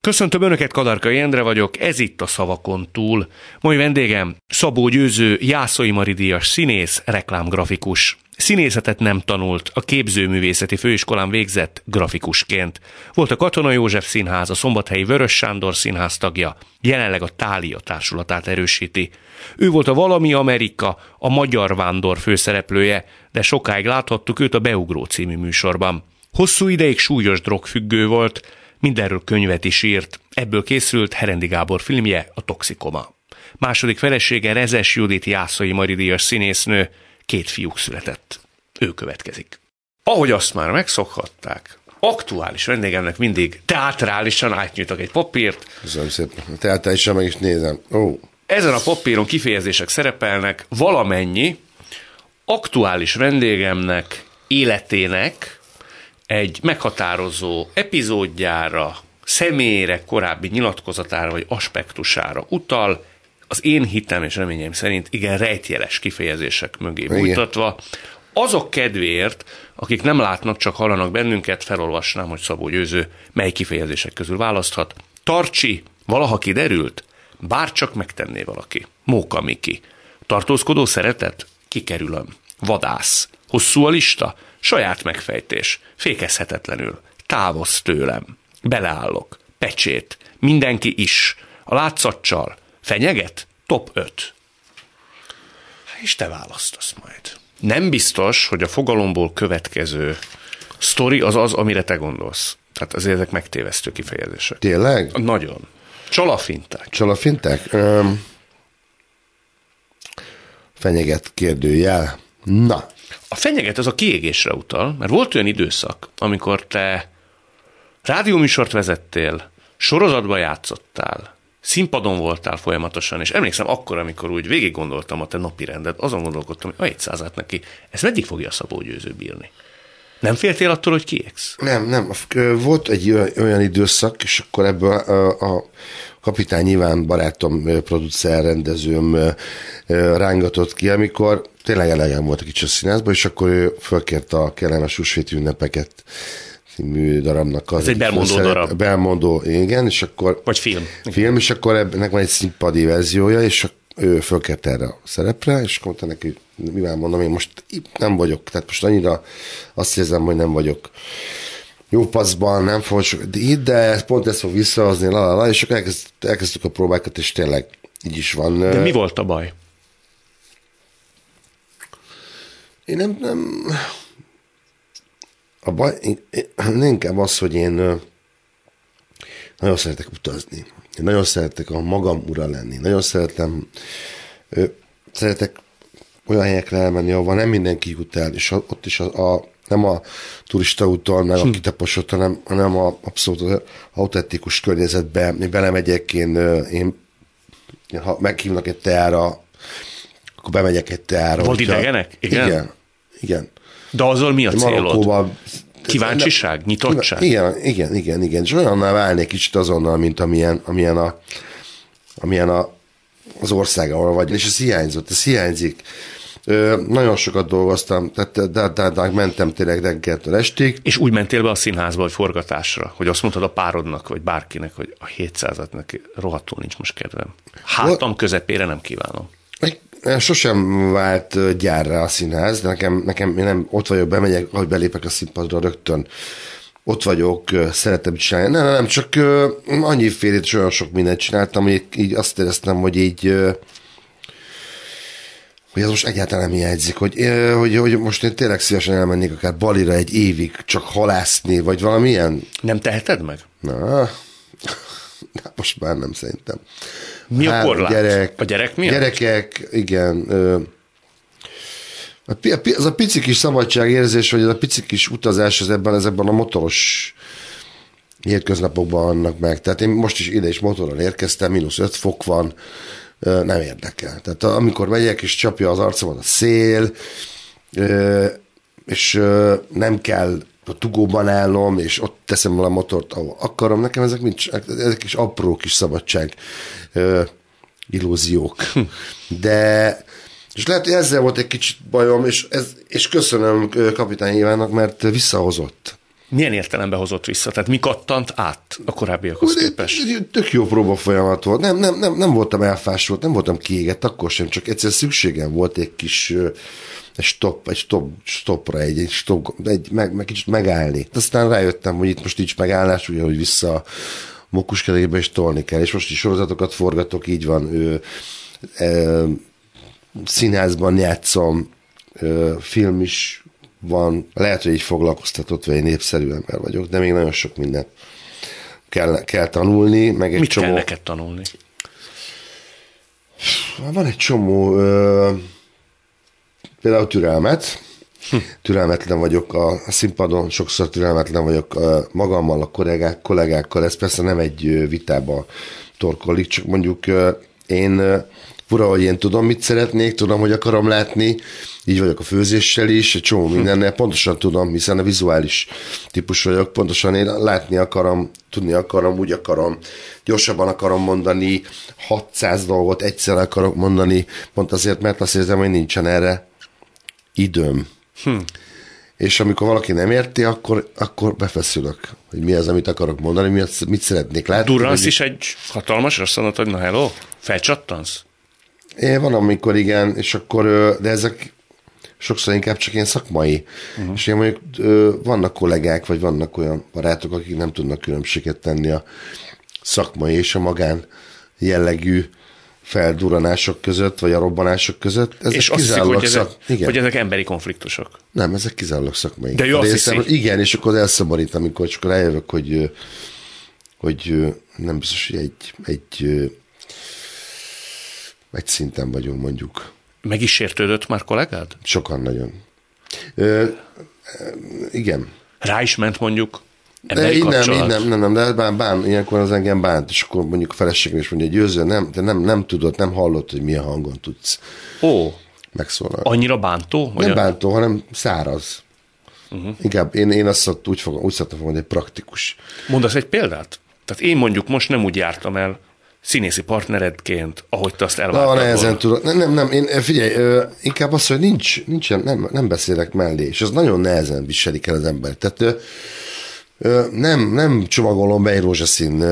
Köszöntöm Önöket, Kadarkai Endre vagyok, ez itt a Szavakon túl. Mai vendégem Szabó Győző, Jászai Mari díjas színész, reklámgrafikus. Színészetet nem tanult, a Képzőművészeti Főiskolán végzett grafikusként. Volt a Katona József Színház, a Szombathelyi Vörös Sándor Színház tagja, jelenleg a Thália társulatát erősíti. Ő volt a Valami Amerika, a Magyar Vándor főszereplője, de sokáig láthattuk őt a Beugró című műsorban. Hosszú ideig súlyos drogfüggő volt, mindenről könyvet is írt, ebből készült Herendi Gábor filmje, a Toxikoma. Második felesége Rezes Judit, Jászai Mari díjas színésznő, 2 fiúk született. Ő következik. Ahogy azt már megszokhatták, aktuális vendégemnek mindig teátrálisan átnyújtok egy papírt. Köszönöm szépen. Teátrálisan meg is nézem. Ezen a papíron kifejezések szerepelnek, valamennyi aktuális vendégemnek, életének egy meghatározó epizódjára, személyére, korábbi nyilatkozatára vagy aspektusára utal, az én hitem és reményeim szerint igen rejtjeles kifejezések mögé bújtatva. Azok kedvéért, akik nem látnak, csak hallanak bennünket, felolvasnám, hogy Szabó Győző mely kifejezések közül választhat. Tarcsi, valaha kiderült? Bárcsak megtenné valaki. Móka Miki. Tartózkodó szeretet? Kikerülöm. Vadász. Hosszú a lista? Saját megfejtés. Fékezhetetlenül. Távozz tőlem. Beleállok. Pecsét. Mindenki is. A látszatcsal. Fenyeget? Top 5. És te választasz majd. Nem biztos, hogy a fogalomból következő sztori az, amire te gondolsz. Tehát azért ezek megtévesztő kifejezések. Tényleg? Nagyon. Csalafinták. Csalafinták? Fenyeget kérdőjel. Na. A fenyeget az a kiégésre utal, mert volt olyan időszak, amikor te rádióműsort vezettél, sorozatba játszottál, színpadon voltál folyamatosan, és emlékszem akkor, amikor úgy végig gondoltam a te napi rendet, azon gondolkodtam, hogy 100-át neki, ezt meddig fogja Szabó Győző bírni? Nem féltél attól, hogy kiégsz? Nem. Volt egy olyan időszak, és akkor ebből a Kapitány Iván barátom, producer, rendezőm rángatott ki, amikor tényleg elegem volt a kicsi színházban, és akkor ő fölkért a Kellemes Húsvéti Ünnepeket című darabnak. Ez egy Belmondó darab. Belmondó, igen, és akkor... Vagy film. Film, és akkor ennek van egy színpadi verziója, és ő fölkért erre a szerepre, és mondta neki, mivel mondom, én most nem vagyok, tehát most annyira azt érzem, hogy nem vagyok jó paszban, nem fogok, de pont ezt fog visszahozni, és akkor elkezdtük a próbákat, és tényleg így is van. De mi volt a baj? Én nem... A baj inkább az, hogy én nagyon szeretek utazni. Én nagyon szeretek a magam ura lenni. Nagyon szeretek olyan helyekre elmenni, ahol nem mindenki jut el, és ott is nem a turista úton, meg a kitaposott, hanem a abszolút autentikus környezetbe. Én belemegyek, én ha meghívnak egy teára, akkor bemegyek egy teára. Vadidegenek? Igen. De azzal mi a célod? Kíváncsiság? Nyitottság? Igen. És olyannál válnék kicsit azonnal, mint amilyen az ország, ahol vagy. És ez hiányzik. Nagyon sokat dolgoztam, tehát mentem tényleg reggeltől estig. És úgy mentél be a színházba, vagy forgatásra, hogy azt mondtad a párodnak, vagy bárkinek, hogy a 700-at neki rohadtul nincs most kedvem. Hátam közepére nem kívánom. Sosem vált gyárra a színház, de nekem én nem ott vagyok, bemegyek, ahogy belépek a színpadra, rögtön ott vagyok, szeretem csinálni. Nem, csak annyi félét és olyan sok mindent csináltam, hogy így azt éreztem, hogy ez most egyáltalán nem hiányzik, hogy most én tényleg szívesen elmennék akár Balira egy évig csak halászni, vagy valamilyen. Nem teheted meg? Na, most már nem szerintem. Mi a korlát? A gyerek miatt? Gyerekek, igen. Az a pici kis szabadságérzés, vagy az a pici kis utazás, ezekben a motoros hétköznapokban vannak meg. Tehát én most is ide is motoron érkeztem, -5 fok van, nem érdekel. Tehát amikor megyek, és csapja az arcomat a szél, és nem kell a dugóban állnom, és ott teszem le a motort, ahol akarom. Nekem ezek is apró kis szabadság illúziók. De és lehet, hogy ezzel volt egy kicsit bajom, és köszönöm Kapitány Ivánnak, mert visszahozott. Milyen értelemben hozott vissza? Tehát mi kattant át a korábbiakhoz képest? Tök jó próba folyamat volt. Nem voltam elfásult, nem voltam kiégett, akkor sem, csak egyszer szükségem volt egy kis stopra, meg kicsit megállni. Aztán rájöttem, hogy itt most nincs megállás, ugye, hogy vissza a mókuskerékbe is tolni kell, és most is sorozatokat forgatok, így van, színházban játszom, film is van, lehet, hogy így foglalkoztatott, vagy egy népszerű ember vagyok, de még nagyon sok mindent kell tanulni, meg egy Mit csomó... kell neked tanulni? Van egy csomó, például türelmet. Türelmetlen vagyok a színpadon, sokszor türelmetlen vagyok magammal, a kollégákkal, ez persze nem egy vitába torkollik, csak mondjuk én fura, hogy én tudom, mit szeretnék, tudom, hogy akarom látni, így vagyok a főzéssel is, egy csomó mindennel, pontosan tudom, hiszen a vizuális típus vagyok, pontosan én látni akarom, tudni akarom, úgy akarom, gyorsabban akarom mondani, 600 dolgot egyszer akarok mondani, pont azért, mert azt érzem, hogy nincsen erre időm. És amikor valaki nem érti, akkor befeszülök, hogy mi az, amit akarok mondani, mit szeretnék látni. Durransz is egy hatalmas, azt mondod, hogy na hello, felcsattansz? Van, amikor igen, és akkor, de ezek sokszor inkább csak ilyen szakmai. És én mondjuk vannak kollégák, vagy vannak olyan barátok, akik nem tudnak különbséget tenni a szakmai és a magán jellegű feldurranások között, vagy a robbanások között. Ezek és azt hiszik, hogy ezek emberi konfliktusok. Nem, ezek kizárólag szakmai. De ő azt hiszi. Igen, és akkor elszomorít, amikor csak rájövök, hogy nem biztos, hogy egy szinten vagyunk, mondjuk. Meg is sértődött már kollégád? Sokan nagyon. Igen. Rá is ment mondjuk emberi kapcsolat? Nem, de ilyenkor az engem bánt, és akkor mondjuk a feleségem is mondja, győző, nem tudod, nem hallott, hogy milyen hangon tudsz megszólalni. Annyira bántó? Nem bántó, hanem száraz. Inkább én azt úgy szoktam hogy egy praktikus. Mondasz egy példát? Tehát én mondjuk most nem úgy jártam el színészi partneredként, ahogy te azt elvártad. Nehezen tudod. Nem, én figyelj, inkább az, hogy nem beszélek mellé, és az nagyon nehezen viselik el az ember. Tehát nem csomagolom be egy rózsaszín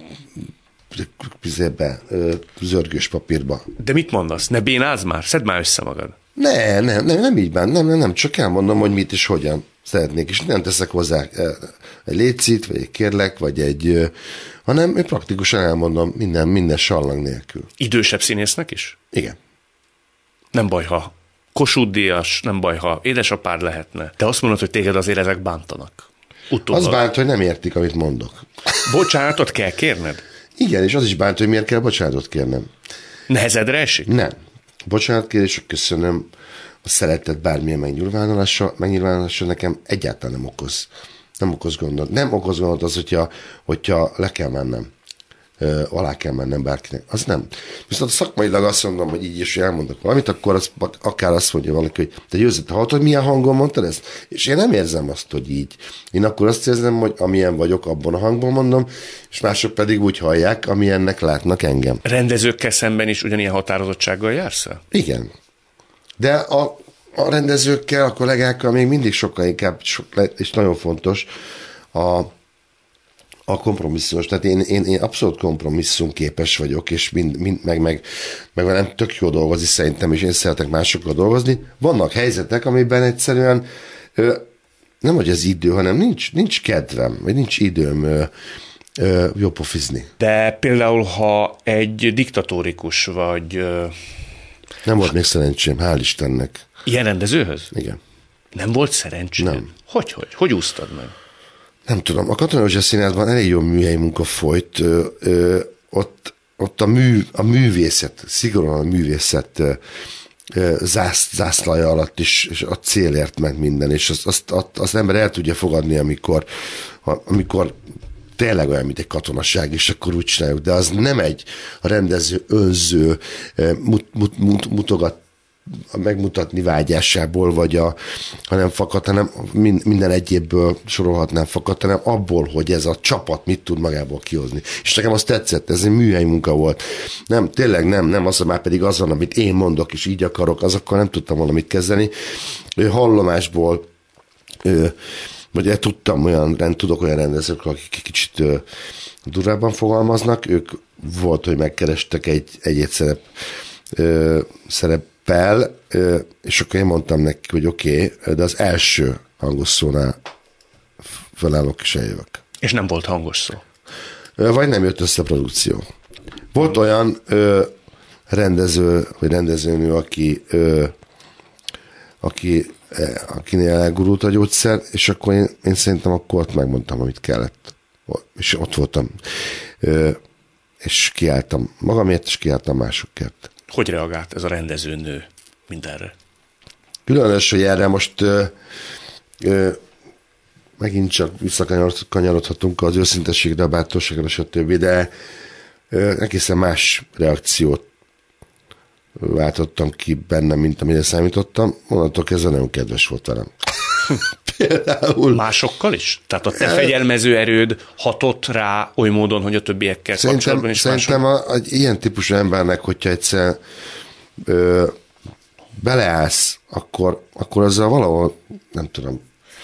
zörgős papírba. De mit mondasz? Ne bénázz már? Szedd már össze magad. Nem így bán, nem, csak elmondom, hogy mit és hogyan szeretnék, és nem teszek hozzá egy létszit, vagy egy kérlek, vagy hanem én praktikusan elmondom minden sallang nélkül. Idősebb színésznek is? Igen. Nem baj, ha Kossuth-díjas, nem baj, ha édesapád lehetne. Te azt mondod, hogy téged azért ezek bántanak. Utólag. Az bánt, hogy nem értik, amit mondok. Bocsánatot kell kérned? Igen, és az is bánt, hogy miért kell bocsánatot kérnem. Nehezedre esik? Nem. Bocsánatkérés, köszönöm, a szeretet bármilyen megnyilvánulása nekem egyáltalán nem okoz gondot. Nem okoz gondot az, hogyha le kell mennem, alá kell mennem bárkinek. Az nem. Viszont szakmailag azt mondom, hogy így is elmondok valamit, akkor akár azt mondja valaki, hogy te Győző, te hallod, hogy milyen hangon mondtad ezt? És én nem érzem azt, hogy így. Én akkor azt érzem, hogy amilyen vagyok, abban a hangban mondom, és mások pedig úgy hallják, amilyennek látnak engem. Rendezőkkel szemben is ugyanilyen határozottsággal jársz el? Igen. De a rendezőkkel, a kollégákkal még mindig sokkal inkább, és nagyon fontos, a kompromisszumos. Tehát én abszolút kompromisszumképes vagyok, és meg velem tök jó dolgozni szerintem, és én szeretek másokkal dolgozni. Vannak helyzetek, amiben egyszerűen nem hogy az idő, hanem nincs kedvem, vagy nincs időm jó pofizni. De például, ha egy diktatórikus vagy... Nem volt még szerencsém, hál' Istennek. Ilyen rendezőhöz? Igen. Nem volt szerencsém? Nem. Hogy úsztad meg? Nem tudom. A Katona József Színházban elég jó műhelyi munka folyt. Ott a művészet, szigorúan a művészet zászlaja alatt is, és a célért ment minden, és azt ember el tudja fogadni, amikor tényleg olyan, mint egy katonaság, és akkor úgy csináljuk, de az nem a rendező önző megmutatni vágyásából, hanem fakad, hanem minden egyébből sorolhatnám fakad, hanem abból, hogy ez a csapat mit tud magából kihozni. És nekem az tetszett, ez egy műhelyi munka volt. Tényleg nem az, már pedig az van, amit én mondok, és így akarok, azokkal nem tudtam valamit kezdeni. Hallomásból vagy tudok olyan rendezőkről, akik kicsit durvábban fogalmaznak, ők volt, hogy megkerestek egy szereppel, és akkor én mondtam neki, hogy oké, de az első hangos szónál felállok és eljövök. És nem volt hangos szó? Vagy nem jött össze a produkció. Volt olyan rendező, vagy rendezőnő, akinél elgurult a gyógyszer, és akkor én szerintem akkor ott megmondtam, amit kellett. És ott voltam. És kiálltam magamért, és kiálltam másokért. Hogy reagált ez a rendezőnő mindenre? Különös, hogy erre most megint csak visszakanyarodhatunk az őszintességre, a bátorságra, stb., de egészen más reakciót váltottam ki bennem, mint amire számítottam. Onnantól kezdve nagyon kedves volt velem. Például. Másokkal is? Tehát a te fegyelmező erőd hatott rá oly módon, hogy a többiekkel kapcsolatban is Szerintem egy ilyen típusú embernek, hogyha egyszer beleállsz, akkor azzal valahol, nem tudom,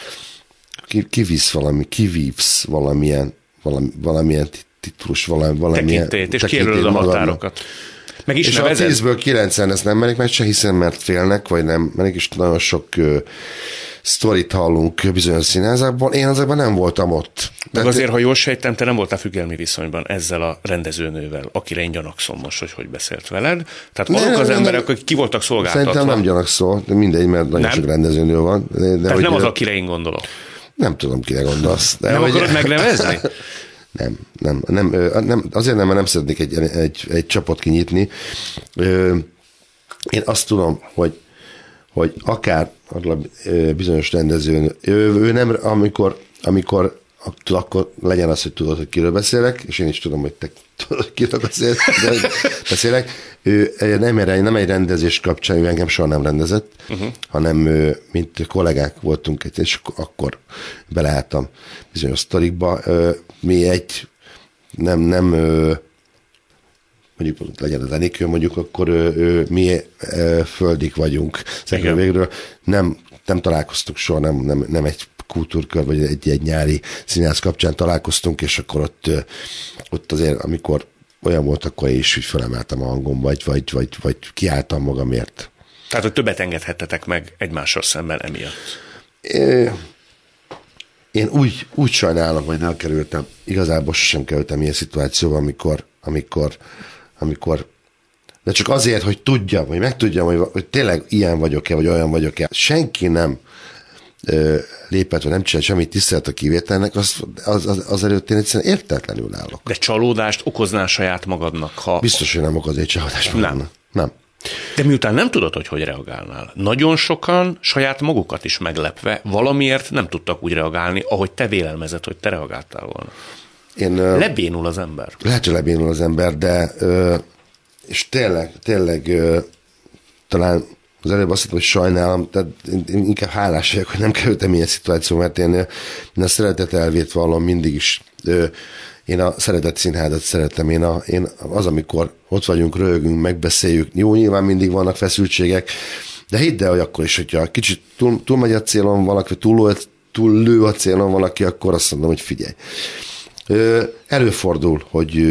kivívsz valamilyen titulus, valamilyen tekintélyt, és kijelölöd a határokat. Meg is és nevezed? A 10-ből 9-en ezt nem merik meg, se hiszem, mert félnek, vagy nem merik, és nagyon sok sztorit hallunk bizonyos színházakból. Én azokban nem voltam ott. Meg azért, ha jól sejtem, te nem voltál függelmi viszonyban ezzel a rendezőnővel, akire én gyanakszom most, hogy beszélt veled. Tehát azok az emberek, akik ki voltak szolgáltatva. Szerintem nem gyanakszol, de mindegy, mert nagyon sok rendezőnő van. Tehát nem az, akire én gondolok. Nem tudom, kire gondolsz. De nem akarod megnevezni? Nem. Azért nem, mert nem szeretnék egy csapot kinyitni. Én azt tudom, hogy akár bizonyos rendező, ő nem, amikor akkor legyen az, hogy tudod, hogy kiről beszélek, és én is tudom, hogy te tudod, hogy kiről beszélek. Ő nem egy rendezés kapcsán, ő engem soha nem rendezett, hanem mint kollégák voltunk, és akkor beleálltam bizonyos sztorikba. Mi nem mondjuk legyen az Enikő, mondjuk akkor mi földik vagyunk szegről végről. Nem találkoztuk soha, nem egy kultúrkör, vagy egy nyári színház kapcsán találkoztunk, és akkor ott azért, amikor olyan volt, akkor én is úgy felemeltem a hangom, vagy kiálltam magamért. Tehát, hogy többet engedhettetek meg egymással szemben emiatt. Én úgy sajnálom, hogy nem kerültem, igazából sosem kerültem ilyen szituációba, amikor de csak azért, hogy tudjam, hogy megtudjam, hogy tényleg ilyen vagyok-e, vagy olyan vagyok-e. Senki nem lépett, vagy nem csinált semmit tisztelt a kivételnek, az előtt én egyszerűen értetlenül állok. De csalódást okoznál saját magadnak? Biztos, hogy nem okoz egy csalódást magadnak. Nem. De miután nem tudod, hogy reagálnál, nagyon sokan saját magukat is meglepve valamiért nem tudtak úgy reagálni, ahogy te vélelmezed, hogy te reagáltál volna. Lebénul az ember. Lehet, hogy lebénul az ember, de és tényleg talán az előbb azt mondtam, hogy sajnálom, tehát inkább hálás vagyok, hogy nem kerültem ilyen szituáció, mert én a szeretet elvét vallom mindig is. Én a szeretett színházat szeretem. Én az, amikor ott vagyunk, röhögünk, megbeszéljük. Jó, nyilván mindig vannak feszültségek, de hidd el, hogy akkor is, hogyha kicsit túlmegy a célon valaki, túllő a célon valaki, akkor azt mondom, hogy figyelj. Előfordul,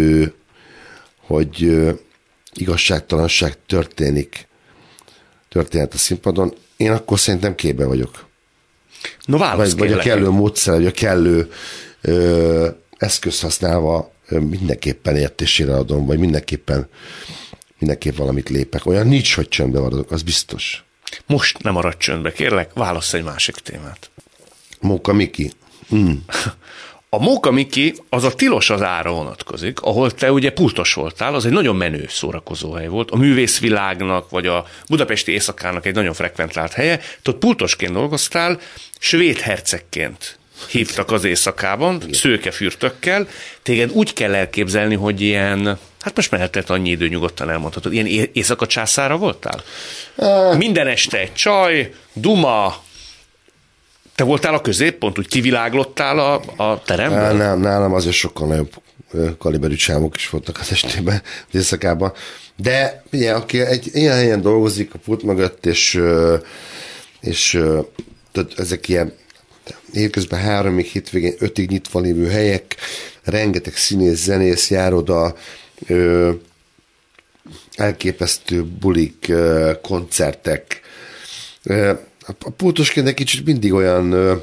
hogy igazságtalanság történet a színpadon, én akkor szerintem képbe vagyok. No, vagy a kellő módszer, vagy a kellő eszköz használva mindenképpen értésére adom, vagy mindenképp valamit lépek. Olyan nincs, hogy csöndbe maradok, az biztos. Most nem maradj csöndbe, kérlek, válasz egy másik témát. Móka Miki. A Móka Miki az a Tilos az ára vonatkozik, ahol te ugye pultos voltál, az egy nagyon menő szórakozóhely volt, a művészvilágnak, vagy a budapesti éjszakának egy nagyon frekventált helye, te ott pultosként dolgoztál, svéd hercegként hívtak az éjszakában, szőkefürtökkel, téged úgy kell elképzelni, hogy ilyen, hát most mehetett annyi idő, nyugodtan elmondhatod, ilyen éjszaka császára voltál? Minden este egy csaj, duma. Te voltál a középpont, úgy kiviláglottal a teremben? Nálam azért sokkal nagyobb kaliberű csámok is voltak az estében, az éjszakában. De ugye, aki egy ilyen helyen dolgozik a pult mögött, és ezek ilyen Évközben 3-ig, hétvégén 5-ig nyitva lévő helyek, rengeteg színész, zenész jár oda, elképesztő bulik, koncertek. A pultosként egy kicsit mindig olyan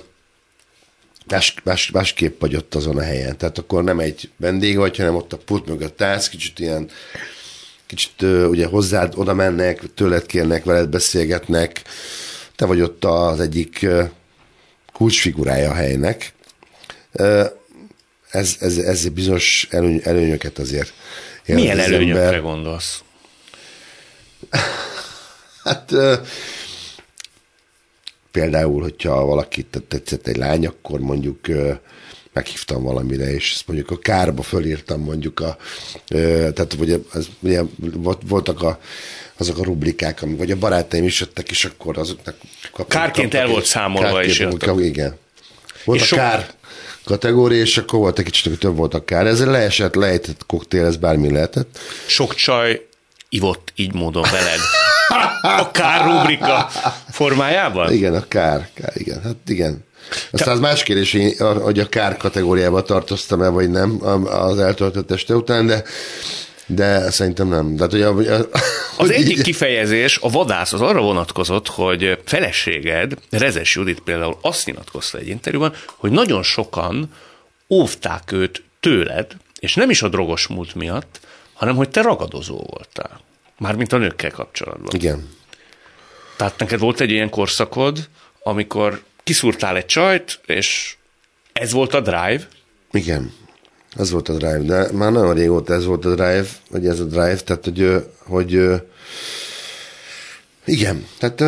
másképp vagy ott azon a helyen. Tehát akkor nem egy vendég vagy, hanem ott a pult mögött állsz, kicsit ugye hozzád oda mennek, tőled kérnek, veled beszélgetnek. Te vagy ott az egyik kulcsfigurája a helynek. Ez bizonyos előnyöket azért. Milyen előnyökre gondolsz? Hát például, hogyha valaki tetszett egy lány, akkor mondjuk meghívtam valamire, és ezt mondjuk a kárba fölírtam mondjuk tehát ugye voltak azok a rublikák, amik, vagy a barátaim is jöttek, és akkor azoknak kárként el volt számolva, és igen. Volt a kár kategória, és akkor volt egy kicsit, hogy több volt a kár. Ez lehetett koktél, ez bármi lehetett. Sok csaj ivott így módon veled. A kár rubrika formájában? Igen, a kár igen. Hát igen. Aztán az más kérdés, hogy a kár kategóriába tartoztam-e, vagy nem az eltöltött este után, de szerintem nem. De, az egyik kifejezés, a vadász, az arra vonatkozott, hogy feleséged, Rezes Judit például azt nyilatkozta egy interjúban, hogy nagyon sokan óvták őt tőled, és nem is a drogos múlt miatt, hanem hogy te ragadozó voltál. Mármint a nőkkel kapcsolatban. Igen. Tehát neked volt egy ilyen korszakod, amikor kiszúrtál egy csajt, és ez volt a drive? Igen. Ez volt a drive, de már nagyon régóta ez volt a drive, vagy ez a drive, tehát hogy igen, tehát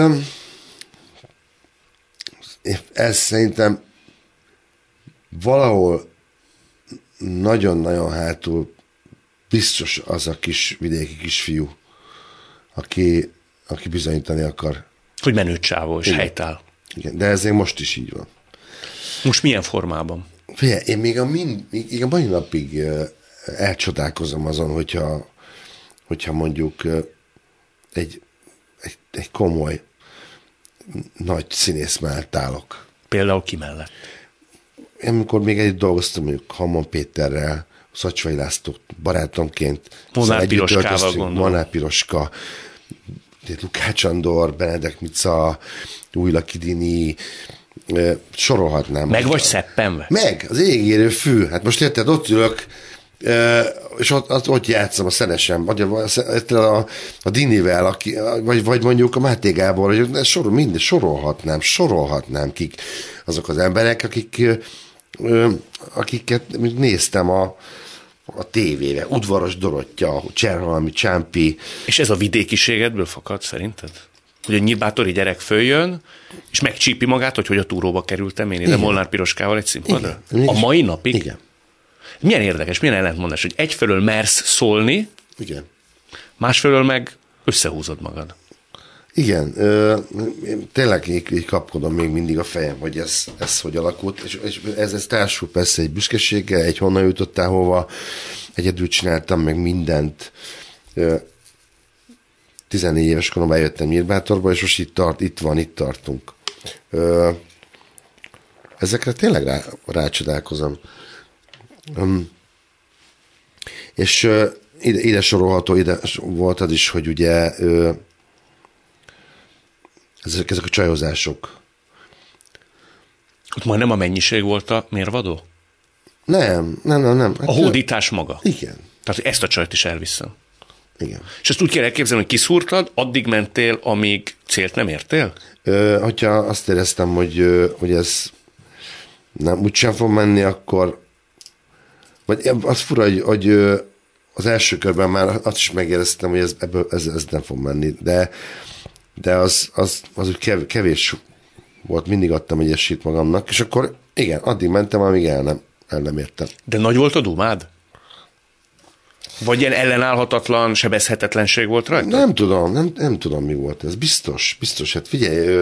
ez szerintem valahol nagyon-nagyon hátul biztos az a kis vidéki kisfiú, aki bizonyítani akar. Hogy menőcsávó és helytáll. Igen, de ez most is így van. Most milyen formában? Figyelj, én még a mai napig elcsodálkozom azon, hogyha mondjuk egy komoly nagy színész mellett állok. Például ki mellett? Amikor még együtt dolgoztam, mondjuk Hamon Péterrel, Szacsvai László barátomként. Molnár Piroskával gondolom. Molnár Piroska, Lukács Andor, Benedek Mica, Újlaki Dini, sorolhatnám. Meg vagy szeppenve? Meg, az égérő fű. Hát most érted, ott ülök, és ott játszom a Szenesen, vagy a Dinivel, vagy mondjuk a Máté Gábor, hogy sorolhatnám kik azok az emberek, akiket néztem a tévébe. Udvaros Dorottya, Cserhalmi Csámpi. És ez a vidékiségedből fakad szerinted? Hogy egy nyírbátori gyerek följön, és megcsípi magát, hogy a túróba kerültem én ide Molnár Piroskával egy színpadra? A mai napig? Igen. Milyen érdekes, milyen ellentmondás, hogy egyfelől mersz szólni, igen, másfelől meg összehúzod magad. Igen, tényleg így kapkodom még mindig a fejem, hogy ez hogy alakult, és ez társul persze egy büszkeséggel, egy honnan jutottál hova, egyedül csináltam meg mindent. 14 éves koromban eljöttem Nyírbátorba, és most itt tartunk. Ezekre tényleg rácsodálkozom. És ide sorolható, ide volt az is, hogy ugye ezek a csajozások. Ott majdnem a mennyiség volt a mérvadó? Nem. Hát a hódítás maga? Igen. Tehát ezt a csajt is elviszem. Igen. És ezt úgy kell elképzelni, hogy kiszúrtad, addig mentél, amíg célt nem értél? Hogyha azt éreztem, hogy ez nem úgysem fog menni, akkor vagy az fura, hogy az első körben már azt is megéreztem, hogy ez nem fog menni, de az úgy kevés volt, mindig adtam egy esélyt magamnak, és akkor igen, addig mentem, amíg el nem értem. De nagy volt a dumád? Vagy ilyen ellenállhatatlan sebezhetetlenség volt rajta? Nem tudom, mi volt ez. Biztos. Hát figyelj,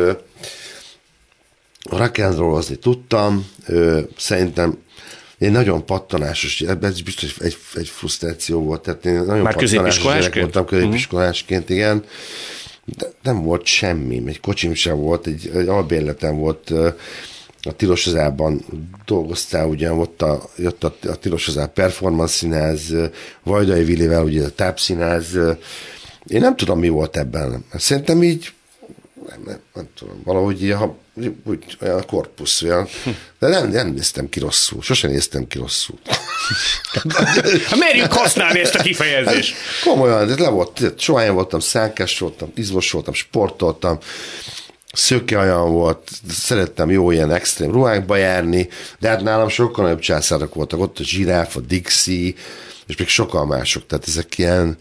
a rock and roll azért tudtam, szerintem én nagyon pattanásos, ez is biztos egy frusztráció volt, tehát én nagyon már középiskolásként voltam, középiskolásként, igen. De nem volt semmi, egy kocsim sem volt, egy albérletem volt, a Tilos Özában dolgoztál, ugye jött a Tilos Özá Performance Színház, Vajdai Villivel, ugye a Tápszínház. Én nem tudom, mi volt ebben. Szerintem így, nem tudom, valahogy ilyen, úgy, olyan korpusz, olyan, de nem néztem ki rosszul, sosem néztem ki rosszul. Merjünk használni ezt a kifejezést. Komolyan, de sohányan voltam szánkás voltam, izmos voltam, sportoltam, szőkehajam volt, szerettem jó ilyen extrém ruhákba járni, de hát nálam sokkal nagyobb császárok voltak, ott a Zsiráf, a Dixie, és még sokkal mások, tehát ezek ilyen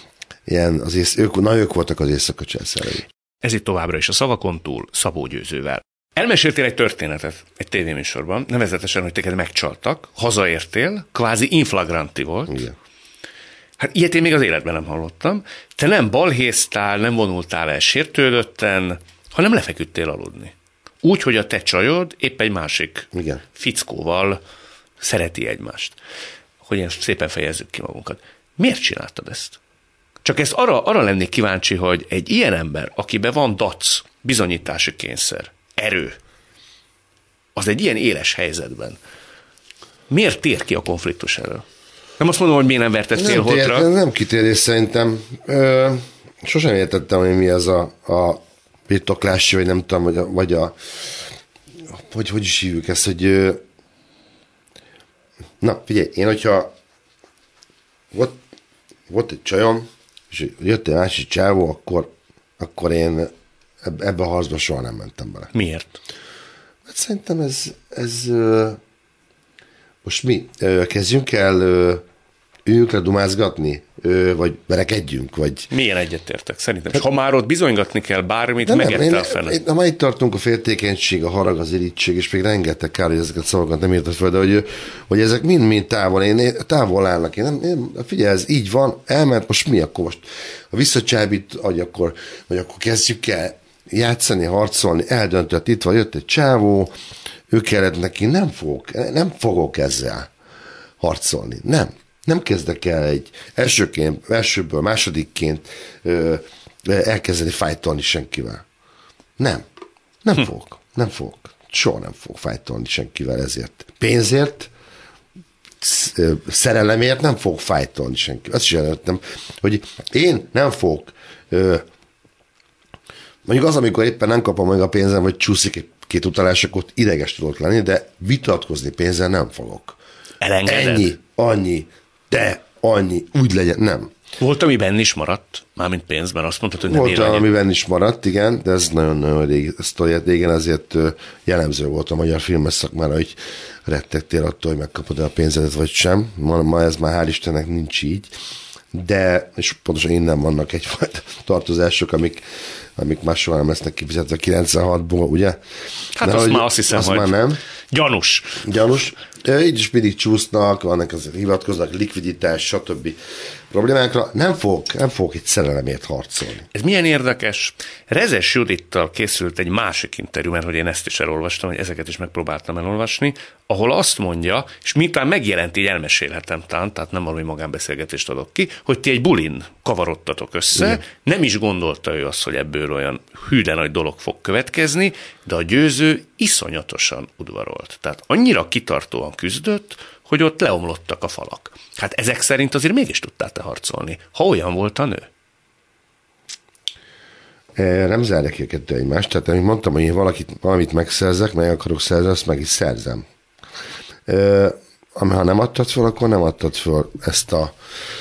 ők voltak az éjszaka császárai. Ez itt továbbra is a Szavakon túl Szabó Győzővel. Elmeséltél egy történetet egy tévéműsorban, nevezetesen, hogy téged megcsaltak, hazaértél, kvázi inflagranti volt. Igen. Hát ilyet én még az életben nem hallottam. Te nem balhéztál, nem vonultál el sértődötten, hanem lefeküdtél aludni. Úgy, hogy a te csajod épp egy másik fickóval szereti egymást. Hogy ilyen szépen fejezzük ki magunkat. Miért csináltad ezt? Csak ezt arra lennék kíváncsi, hogy egy ilyen ember, akiben van dac, bizonyítási kényszer, erő, az egy ilyen éles helyzetben miért tér ki a konfliktus elől? Nem azt mondom, hogy miért nem verted félholtra. Nem kitérés szerintem. Sosem értettem, hogy mi ez a birtoklási, vagy nem tudom, hogy is hívjuk ezt, hogy na, figyelj, én hogyha volt egy csajom, és jött egy másik csávó, akkor én ebbe a harcba soha nem mentem bele. Miért? Hát szerintem ez most mi? Kezdjünk el üljünk le dumázgatni? Vagy verekedjünk? Vagy... Milyen egyetértek szerintem? Hát, ha már ott bizonygatni kell bármit, megettel fele. Na, már itt tartunk a féltékenység, a harag, az irítség, és még rengeteg kár, hogy ezeket szavakat nem írtad fel, de hogy ezek mind távol állnak. Figyelj, ez így van, elment, most mi akkor most? A visszacsábít, vagy akkor kezdjük el játszani, harcolni, eldöntött, itt van, jött egy csávó, ő kellett neki, nem fogok ezzel harcolni, nem kezdek el egy elsőből másodikként elkezdeni fájtolni senkivel. Nem fogok. Soha nem fogok fájtolni senkivel ezért. Pénzért, szerelemért nem fogok fájtolni senkivel. Azt is jelöltem, hogy én nem fogok mondjuk az, amikor éppen nem kapom meg a pénzem, vagy csúszik két utalás, akkor ideges tudok lenni, de vitatkozni pénzzel nem fogok. Elengeded? Ennyi, annyi, de annyi, úgy legyen, nem. Volt, amiben is maradt, mármint pénzben, azt mondtad, hogy nem volt, amiben is maradt, igen, de ez nagyon-nagyon régen azért jellemző volt a magyar filmes szakmára, hogy rettegtél attól, hogy megkapod a pénzedet, vagy sem. Ma ez már hál' Istennek nincs így, de, és pontosan innen vannak egyfajta tartozások, amik már soha nem lesznek kifizetve 96-ból, ugye? Hát azt már azt hiszem, hogy már nem. Gyanús. Így is mindig csúsznak, vannak azért hivatkoznak, likviditás, stb. Problémákra. Nem fogok egy szerelemért harcolni. Ez milyen érdekes. Rezes Judittal készült egy másik interjú, mert hogy én ezt is elolvastam, hogy ezeket is megpróbáltam elolvasni, ahol azt mondja, és miután megjelent, így elmesélhetem tehát nem valami magánbeszélgetést adok ki, hogy ti egy bulin kavarodtatok össze, igen. Nem is gondolta ő azt, hogy ebből olyan hű de nagy dolog fog következni, de a győző iszonyatosan udvarolt. Tehát annyira kitartóan küzdött, hogy ott leomlottak a falak. Hát ezek szerint azért mégis tudtál te harcolni, ha olyan volt a nő. Nem zárják ki a kettő egymást, tehát amit mondtam, hogy én valamit megszerzek, meg akarok szerzni, azt meg is szerzem. Ha nem adtad föl, akkor nem adtad föl ezt a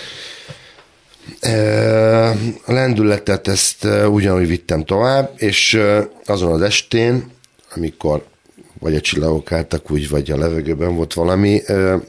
lendületet, ezt ugyanúgy vittem tovább, és azon az estén, amikor vagy a csillagok álltak úgy, vagy a levegőben volt valami,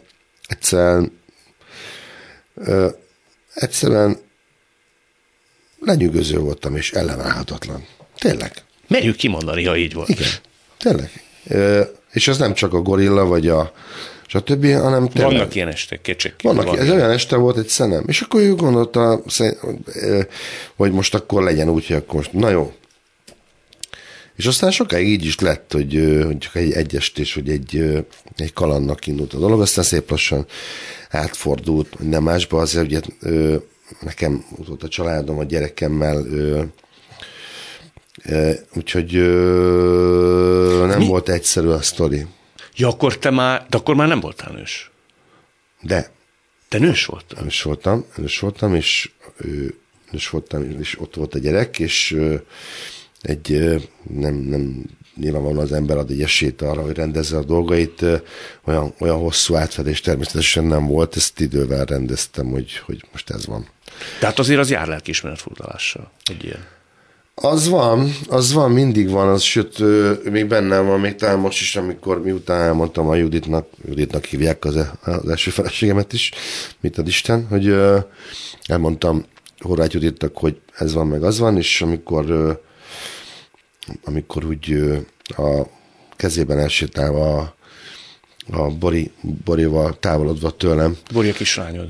egyszerűen lenyűgöző voltam, és ellenállhatatlan. Tényleg. Merjük kimondani, ha így volt. Igen, tényleg. És az nem csak a gorilla, vagy a stb., hanem tényleg. Vannak ilyen estek, kétségkívül. Ez olyan este volt egy szenem, és akkor ő gondolta, hogy most akkor legyen úgy, hogy akkor most, na jó. És aztán sokáig így is lett, hogy csak egy estés, hogy egy kalandnak indult a dolog, aztán szép lassan átfordult, nem másba, azért ugye nekem volt a családom, a gyerekemmel Úgyhogy nem volt egyszerű a sztori. Ja, akkor akkor már nem voltál nős. De. Te nős voltál? Nős voltam, és ott volt a gyerek, és nem nyilvánvalóan az ember ad egy esélyt arra, hogy rendezze a dolgait. Olyan hosszú átfedés természetesen nem volt, ezt idővel rendeztem, hogy most ez van. Tehát azért az jár lelkiismeret furdalással, egy ilyen. Az van, mindig van, sőt, még bennem van, még talán most is, amikor miután elmondtam a Juditnak hívják az első feleségemet is, mit ad Isten, hogy elmondtam Horváth Juditnak, hogy ez van, meg az van, és amikor úgy a kezében elsétálva a Borival távolodva tőlem. Bori a kislányod.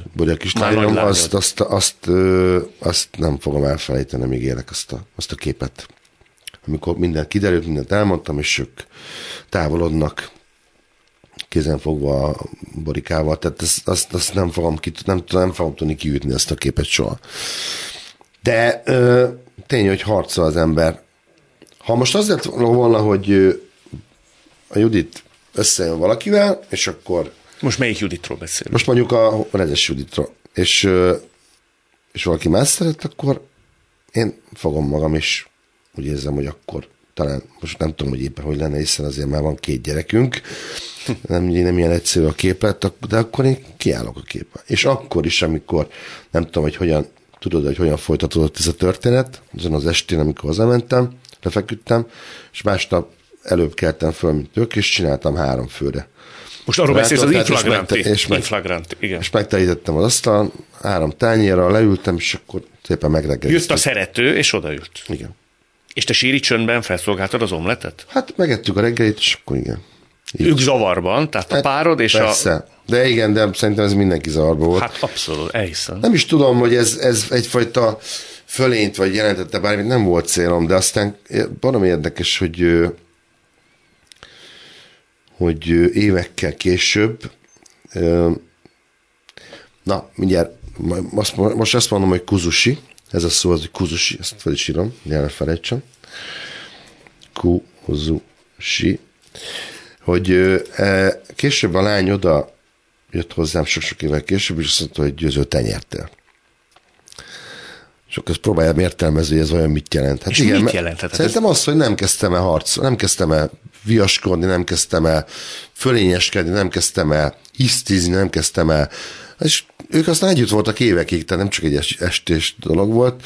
Azt nem fogom elfelejteni, még élek azt a képet. Amikor minden kiderült, mindent elmondtam, és ők távolodnak kézen fogva a Borikával, tehát azt nem fogom tudni kiütni ezt a képet soha. De tény, hogy harcol az ember. Ha most az lett volna, hogy a Judit összejön valakivel, és akkor... Most melyik Juditról beszélünk? Most mondjuk a Rezes Juditról. És valaki más szeret, akkor én fogom magam, és úgy érzem, hogy akkor talán, most nem tudom, hogy éppen hogy lenne, hiszen azért már van 2 gyerekünk, nem ilyen egyszerű a képlet, de akkor én kiállok a képbe. És akkor is, amikor nem tudom, hogy hogyan folytatódott ez a történet, azon az estén, amikor hazamentem, lefeküdtem, és másnap előbb keltem föl, mint ők, és csináltam 3 főre. Most arról beszélsz, az inflagranti, igen. És megterítettem az asztalon, 3 tányérral, leültem, és akkor szépen megreggeliztem. Jött a szerető, és odaült. Igen. És te síri csöndben felszolgáltad az omletet? Hát megettük a reggelit, és akkor igen. Így. Ők zavarban, tehát a párod és persze. De igen, de szerintem ez mindenki zavarban volt. Hát abszolút, elhiszem. Nem is tudom, hogy ez egyfajta fölényt, vagy jelentette bármit, nem volt célom, de aztán valami érdekes, hogy évekkel később, mindjárt, most azt mondom, hogy kuzusi, ez a szó, az, hogy kuzusi, ezt fel is írom, ne felejtsem. Kuzusi. Hogy később a lány oda jött hozzám sok-sok évvel később, és azt mondta, hogy Győző, te nyertél. És akkor ezt próbáljam értelmezni, hogy ez olyan mit jelent. Hát és igen, mit jelenthet? Szerintem az, hogy nem kezdtem el harcolni, nem kezdtem el viaskodni, nem kezdtem el fölényeskedni, nem kezdtem el hisztizni, nem kezdtem el. És ők aztán együtt voltak évekig, tehát nem csak egy estés dolog volt.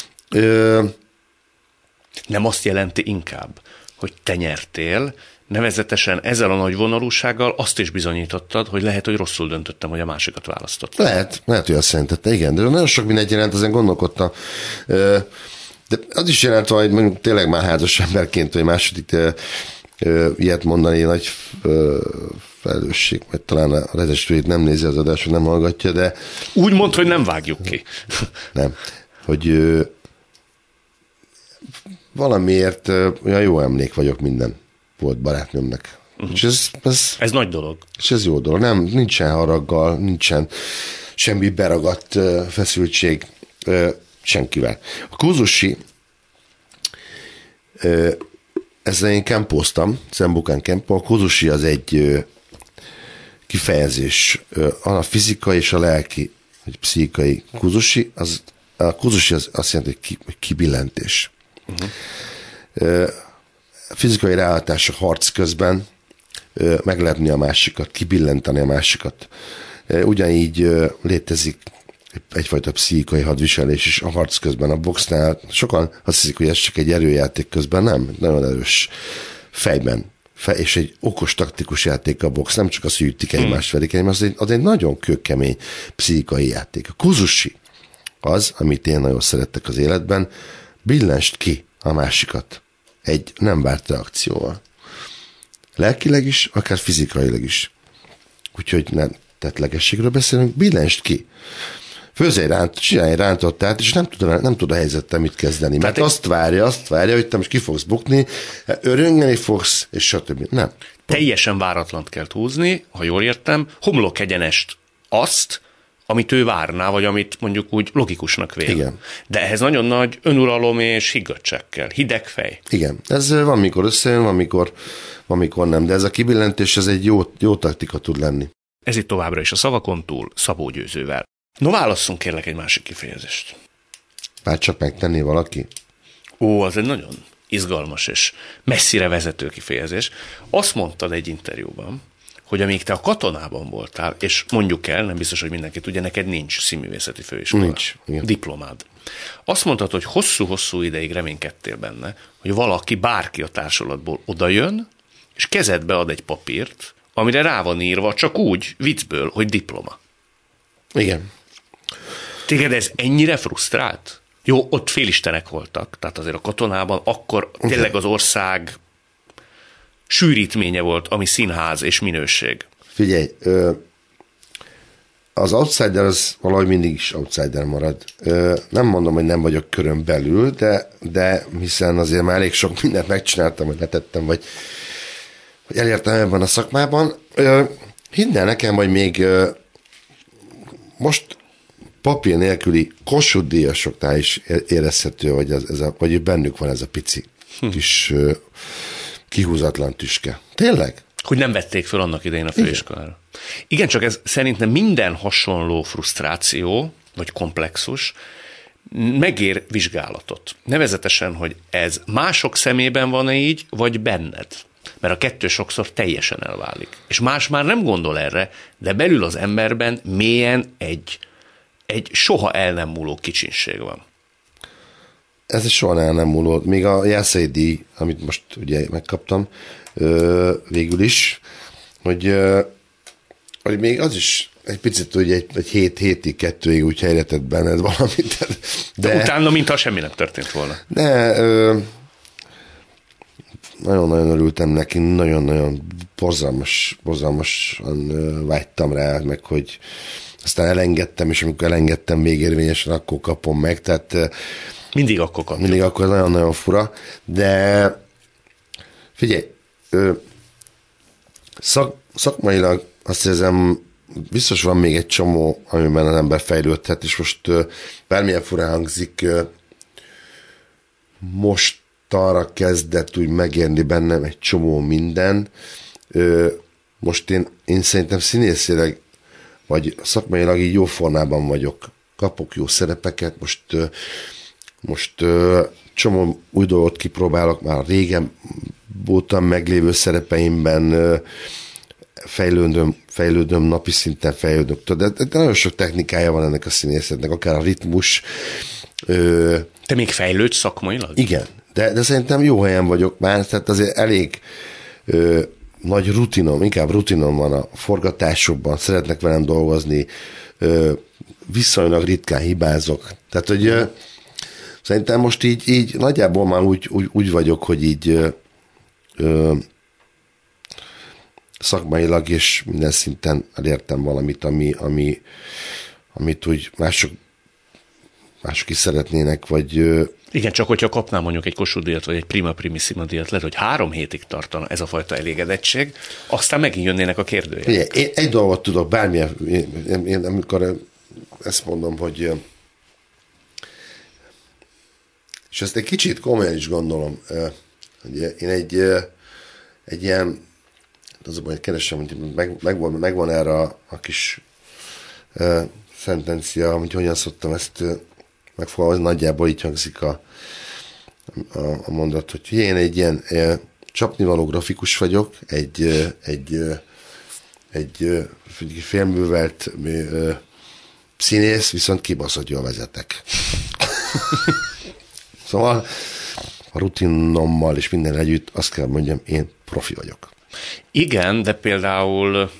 Nem azt jelenti inkább, hogy te nyertél, nevezetesen ezzel a nagy vonalúsággal azt is bizonyítottad, hogy lehet, hogy rosszul döntöttem, hogy a másikat választottam. Lehet, hogy azt jelentette, igen, de nagyon sok mindent jelent, ezen gondolkodtam. De az is jelent, hogy mondjuk tényleg már házas emberként, hogy második ilyet mondani nagy felelősség, vagy talán a rezestvét nem nézi az adást, nem hallgatja, de... Úgy mondd, hogy nem vágjuk ki. Nem, hogy valamiért olyan jó emlék vagyok minden volt barátnőmnek. És ez nagy dolog. És ez jó dolog. Nincsen haraggal, nincsen semmi beragadt feszültség senkivel. A kuzusi, ezzel én kempóztam, Szembukán kempó. A kuzusi az egy kifejezés, a fizikai és a lelki, vagy pszichikai kuzusi. A kuzusi az azt jelenti, hogy kibillentés. Fizikai ráhatás a harc közben meglepni a másikat, kibillenteni a másikat. Ugyanígy létezik egyfajta pszichikai hadviselés is a harc közben. A boxnál sokan azt hiszik, hogy ez csak egy erőjáték közben, nem. Nagyon erős fejben. És egy okos taktikus játék a box, nem csak az, hogy ütik egymást, verik egymást, az egy nagyon kőkemény pszichikai játék. A kuzusi az, amit én nagyon szerettek az életben, billensd ki a másikat egy nem várt reakcióval. Lelkileg is, akár fizikailag is. Úgyhogy nem tettlegességről beszélünk, billensd ki. Főzz csinálj egy rántottát, és nem tud a helyzettel mit kezdeni. Mert azt várja, hogy te most ki fogsz bukni, öröngeni fogsz, és stb. Nem. Teljesen váratlant kell húzni, ha jól értem, homlok egyenest azt, amit ő várná, vagy amit mondjuk úgy logikusnak vél. Igen. De ehhez nagyon nagy önuralom és higgadtság kell. Hideg fej. Igen. Ez van, mikor összejön, van, mikor nem. De ez a kibillentés, ez egy jó taktika tud lenni. Ez itt továbbra is a szavakon túl Szabó Győzővel. No, válasszunk kérlek egy másik kifejezést. Bár csak megtenné valaki. Ó, az egy nagyon izgalmas és messzire vezető kifejezés. Azt mondtad egy interjúban, hogy amíg te a katonában voltál, és mondjuk el, nem biztos, hogy mindenki tudja, neked nincs színművészeti főiskola. Nincs. Igen. Diplomád. Azt mondtad, hogy hosszú-hosszú ideig reménykedtél benne, hogy valaki, bárki a társulatból odajön, és kezedbe ad egy papírt, amire rá van írva, csak úgy, viccből, hogy diploma. Igen. Téged ez ennyire frusztrált? Jó, ott félistenek voltak, tehát azért a katonában akkor tényleg az ország sűrítménye volt, ami színház és minőség. Figyelj, az outsider az valahogy mindig is outsider marad. Nem mondom, hogy nem vagyok körön belül, de hiszen azért már elég sok mindent megcsináltam, vagy letettem, vagy elértem ebben a szakmában. Hidd el nekem, hogy még most papír nélküli Kossuth díjasoknál is érezhető, hogy bennük van ez a pici kis kihúzatlan tüske. Tényleg? Hogy nem vették föl annak idején a főiskolára. Igen, csak ez szerintem minden hasonló frusztráció, vagy komplexus megér vizsgálatot. Nevezetesen, hogy ez mások szemében van-e így, vagy benned. Mert a kettő sokszor teljesen elválik. És más már nem gondol erre, de belül az emberben mélyen egy soha el nem múló kicsinség van. Ez egy soha el nem múló. Még a Jászai díj, amit most ugye megkaptam, végül is, hogy még az is egy picit ugye egy hétig, 2-ig úgy helyre tett benned valamit. De utána, mintha semmi nem történt volna. De nagyon-nagyon örültem neki, nagyon-nagyon borzalmasan vágytam rá, meg hogy aztán elengedtem, és amikor elengedtem végérvényesen, akkor kapom meg, tehát mindig akkor kapom. Mindig akkor nagyon-nagyon fura, de figyelj, szakmailag azt érzem, biztos van még egy csomó, amiben az ember fejlődhet, és most bármilyen fura hangzik, most arra kezdett úgy megérni bennem egy csomó minden. Most én szerintem színészileg, vagy szakmailag így jó formában vagyok. Kapok jó szerepeket, most csomó új dolgot kipróbálok, már régen voltam meglévő szerepeimben, fejlődöm, napi szinten fejlődök. De nagyon sok technikája van ennek a színészetnek, akár a ritmus. Te még fejlődsz szakmailag? Igen, de szerintem jó helyen vagyok már, tehát azért elég nagy inkább rutinom van a forgatásokban, szeretnek velem dolgozni, viszonylag ritkán hibázok. Tehát, hogy szerintem most így nagyjából már úgy vagyok, hogy így szakmailag és minden szinten elértem valamit, amit úgy mások is szeretnének, vagy... Igen, csak hogyha kapnám mondjuk egy Kossuth díjat, vagy egy Prima Primissima díjat, lehet, hogy 3 hétig tartana ez a fajta elégedettség, aztán megint jönnének a kérdőjelek. Ugye, én egy dolgot tudok, bármilyen, én amikor ezt mondom, hogy és ezt egy kicsit komolyan is gondolom, hogy én egy ilyen, az a baj, hogy keresem, hogy megvan erre a kis szentencia, hogy hogyan szoktam ezt megfogalmazni, nagyjából így hangzik a mondat, hogy én egy ilyen csapnivaló grafikus vagyok, egy félművelt színész, viszont kibaszott jól vezetek. Szóval a rutinommal és minden együtt azt kell mondjam, én profi vagyok. Igen, de például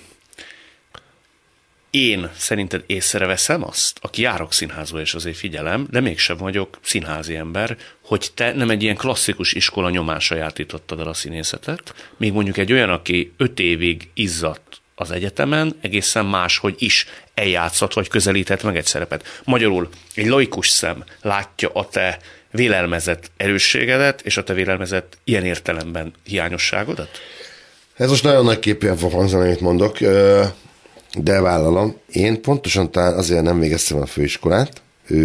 én szerinted észreveszem azt, aki járok színházba és azért figyelem, de mégsem vagyok színházi ember, hogy te nem egy ilyen klasszikus iskola nyomán sajátítottad el a színészetet, még mondjuk egy olyan, aki 5 évig izzadt az egyetemen, egészen máshogy is eljátszott vagy közelített meg egy szerepet. Magyarul egy laikus szem látja a te vélelmezett erősségedet, és a te vélelmezett ilyen értelemben hiányosságodat? Ez most nagyon nagy képűen fog hangzani, amit mondok. de vállalom. Én pontosan talán azért nem végeztem a főiskolát,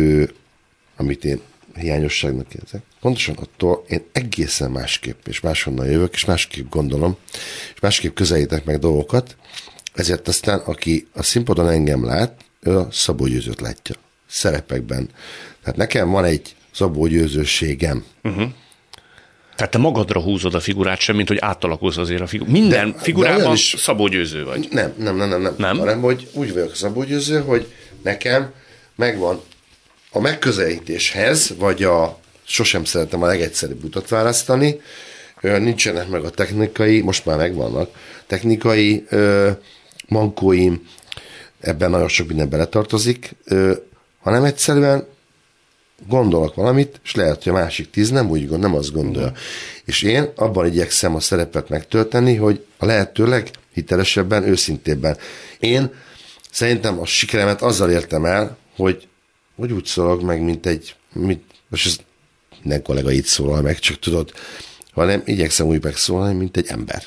amit én hiányosságnak érzek. Pontosan attól én egészen másképp, és máshonnan jövök, és másképp gondolom, és másképp közelítek meg dolgokat, ezért aztán, aki a színpadon engem lát, ő a Szabó Győzőt látja. Szerepekben. Tehát nekem van egy Szabó Győzőségem. Tehát te magadra húzod a figurát sem, mint hogy átalakulsz azért a figurát. Minden figurában is Szabó Győző vagy. Nem. Hanem, hogy úgy vagyok a Szabó Győző, hogy nekem megvan a megközelítéshez, vagy sosem szeretem a legegyszerűbb utat választani, nincsenek meg a technikai, most már megvannak, technikai mankóim, ebben nagyon sok minden beletartozik, hanem egyszerűen gondolok valamit, és lehet, hogy a másik 10 nem azt gondolja. És én abban igyekszem a szerepet megtölteni, hogy a lehetőleg hitelesebben, őszintébben. Én szerintem a sikeremet azzal értem el, hogy úgy szólok meg, most ez minden kollega így szólal meg, csak tudod, hanem igyekszem úgy megszólalni, mint egy ember.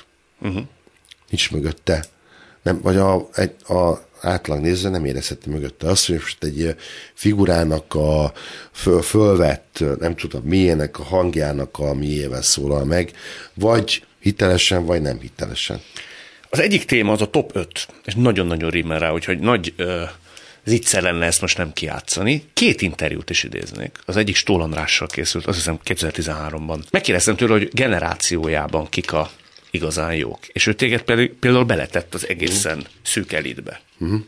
Nincs mögötte. Nem, vagy a átlag néző nem érezheti mögötte azt, hogy most egy figurának a fölvett, nem tudom milyenek a hangjának a miével szólal meg, vagy hitelesen, vagy nem hitelesen. Az egyik téma az a top 5, és nagyon-nagyon rímel rá, úgyhogy nagy zicser lenne ezt most nem kijátszani. 2 interjút is idéznék. Az egyik Stól Andrással készült, azt hiszem 2013-ban. Megkérdeztem tőle, hogy generációjában kik a igazán jók. És ő téged például beletett az egészen szűk elitbe.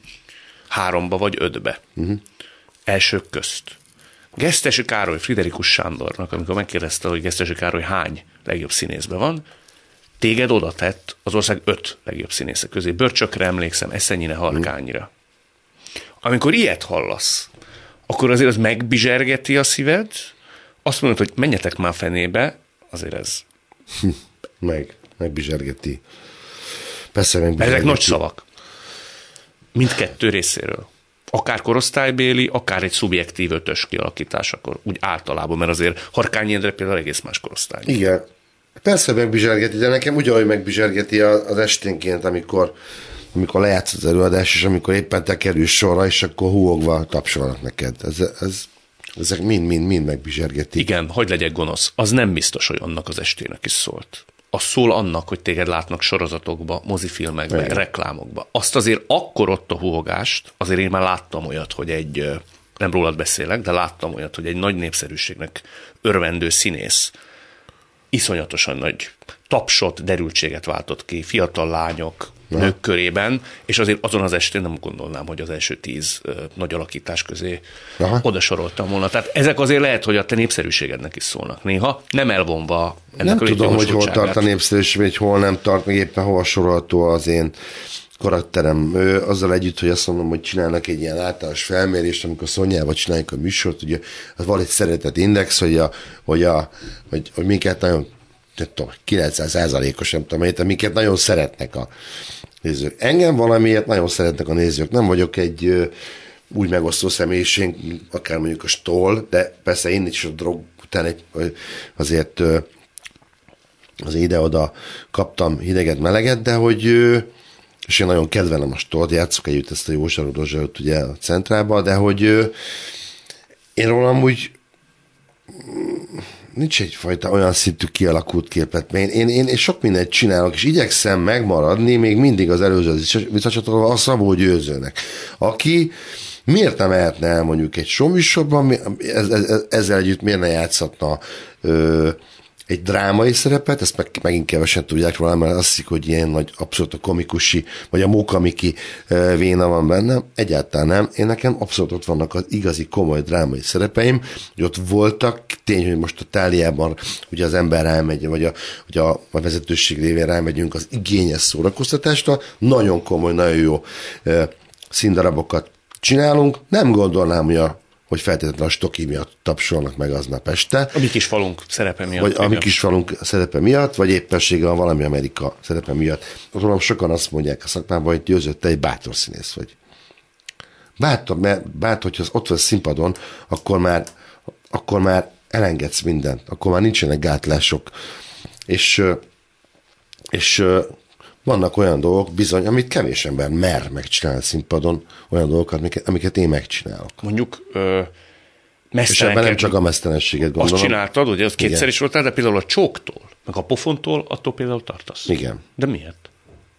3-ba vagy 5-be. Elsők közt. Gesztesi Károly Friderikus Sándornak, amikor megkérdezte, hogy Gesztesi Károly hány legjobb színészben van, téged oda tett az ország 5 legjobb színésze közé. Börcsökre emlékszem, Eszenyire, Harkányra. Amikor ilyet hallasz, akkor azért az megbizsergeti a szíved, azt mondod, hogy menjetek már fenébe, azért ez... Megbizsergeti. Persze megbizsergeti. Ezek nagy szavak. Mindkettő részéről. Akár korosztálybéli, akár egy szubjektív 5-ös kialakítás, akkor úgy általában, mert azért Harkányi Endre például egész más korosztály. Igen. Persze megbizsergeti, de nekem ugyanúgy megbizsergeti az esténként, amikor lejátsz az előadás, és amikor éppen te kerülsz sorra, és akkor húogva tapsolnak neked. Ezek mind megbizsergeti. Igen, hogy legyek gonosz. Az nem biztos, hogy annak az estének is szólt. Az szól annak, hogy téged látnak sorozatokba, mozifilmekbe, reklámokba. Azt azért akkor ott a húogást, azért én már láttam olyat, hogy nem rólad beszélek, de láttam olyat, hogy egy nagy népszerűségnek örvendő színész iszonyatosan nagy tapsot, derültséget váltott ki, fiatal lányok, nők körében, és azért azon az estén nem gondolnám, hogy az első 10 nagy alakítás közé oda soroltam volna. Tehát ezek azért lehet, hogy a te népszerűségednek is szólnak néha, nem elvonva ennek nem tudom, hogy hol tart a népszerűség, vagy hol nem tart, meg éppen hova sorolható az én karakterem. Azzal együtt, hogy azt mondom, hogy csinálnak egy ilyen általános felmérést, amikor Szonyával csináljuk a műsort, ugye az van egy szeretetindex, hogy minket nagyon 900%-os, nem tudom, minket nagyon szeretnek a nézők. Engem valamiért nagyon szeretnek a nézők. Nem vagyok egy úgy megosztó személyiség, akár mondjuk a Stoll, de persze én is a drog után azért ide-oda kaptam hideget, meleget, de hogy és én nagyon kedvelem a Stollt, játszok együtt ezt a Józsa Rozsarút ugye a Centrálba, de hogy én rólam úgy nincs egyfajta olyan szintű kialakult képlet, mert én sok mindent csinálok, és igyekszem megmaradni még mindig az előző visszacsatolva a Szabó Győzőnek, aki miért nem mehetne el mondjuk egy showműsorban, ezzel együtt miért ne játszhatna egy drámai szerepet, ezt megint kevesen tudják róla, mert azt hiszik, hogy ilyen nagy abszolút a komikusi, vagy a mókamiki véna van benne. Egyáltalán nem. Én nekem abszolút ott vannak az igazi komoly drámai szerepeim, hogy ott voltak, tény, hogy most a Táliában ugye az ember rámegy, vagy a vezetőség révén rámegyünk az igényes szórakoztatásra, nagyon komoly, nagyon jó színdarabokat csinálunk. Nem gondolnám, hogy feltétlenül a Stoki miatt tapsolnak meg aznap este. A mi kis falunk szerepe miatt. Vagy a mi kis falunk szerepe miatt, vagy éppenséggel valami Amerika szerepe miatt. Rólam sokan azt mondják a szakmában, hogy Győző, te egy bátor színész vagy. Bátor, hogyha ott vagy színpadon, akkor már elengedsz mindent, akkor már nincsenek gátlások. És vannak olyan dolgok bizony, amit kevés ember mer megcsinálni színpadon, olyan dolgokat, amiket én megcsinálok. Mondjuk és ebben nem csak a mesztelenséget gondolom. Azt csináltad, ugye, az kétszer Igen. is voltál, de például a csóktól, meg a pofontól, attól például tartasz. Igen. De miért?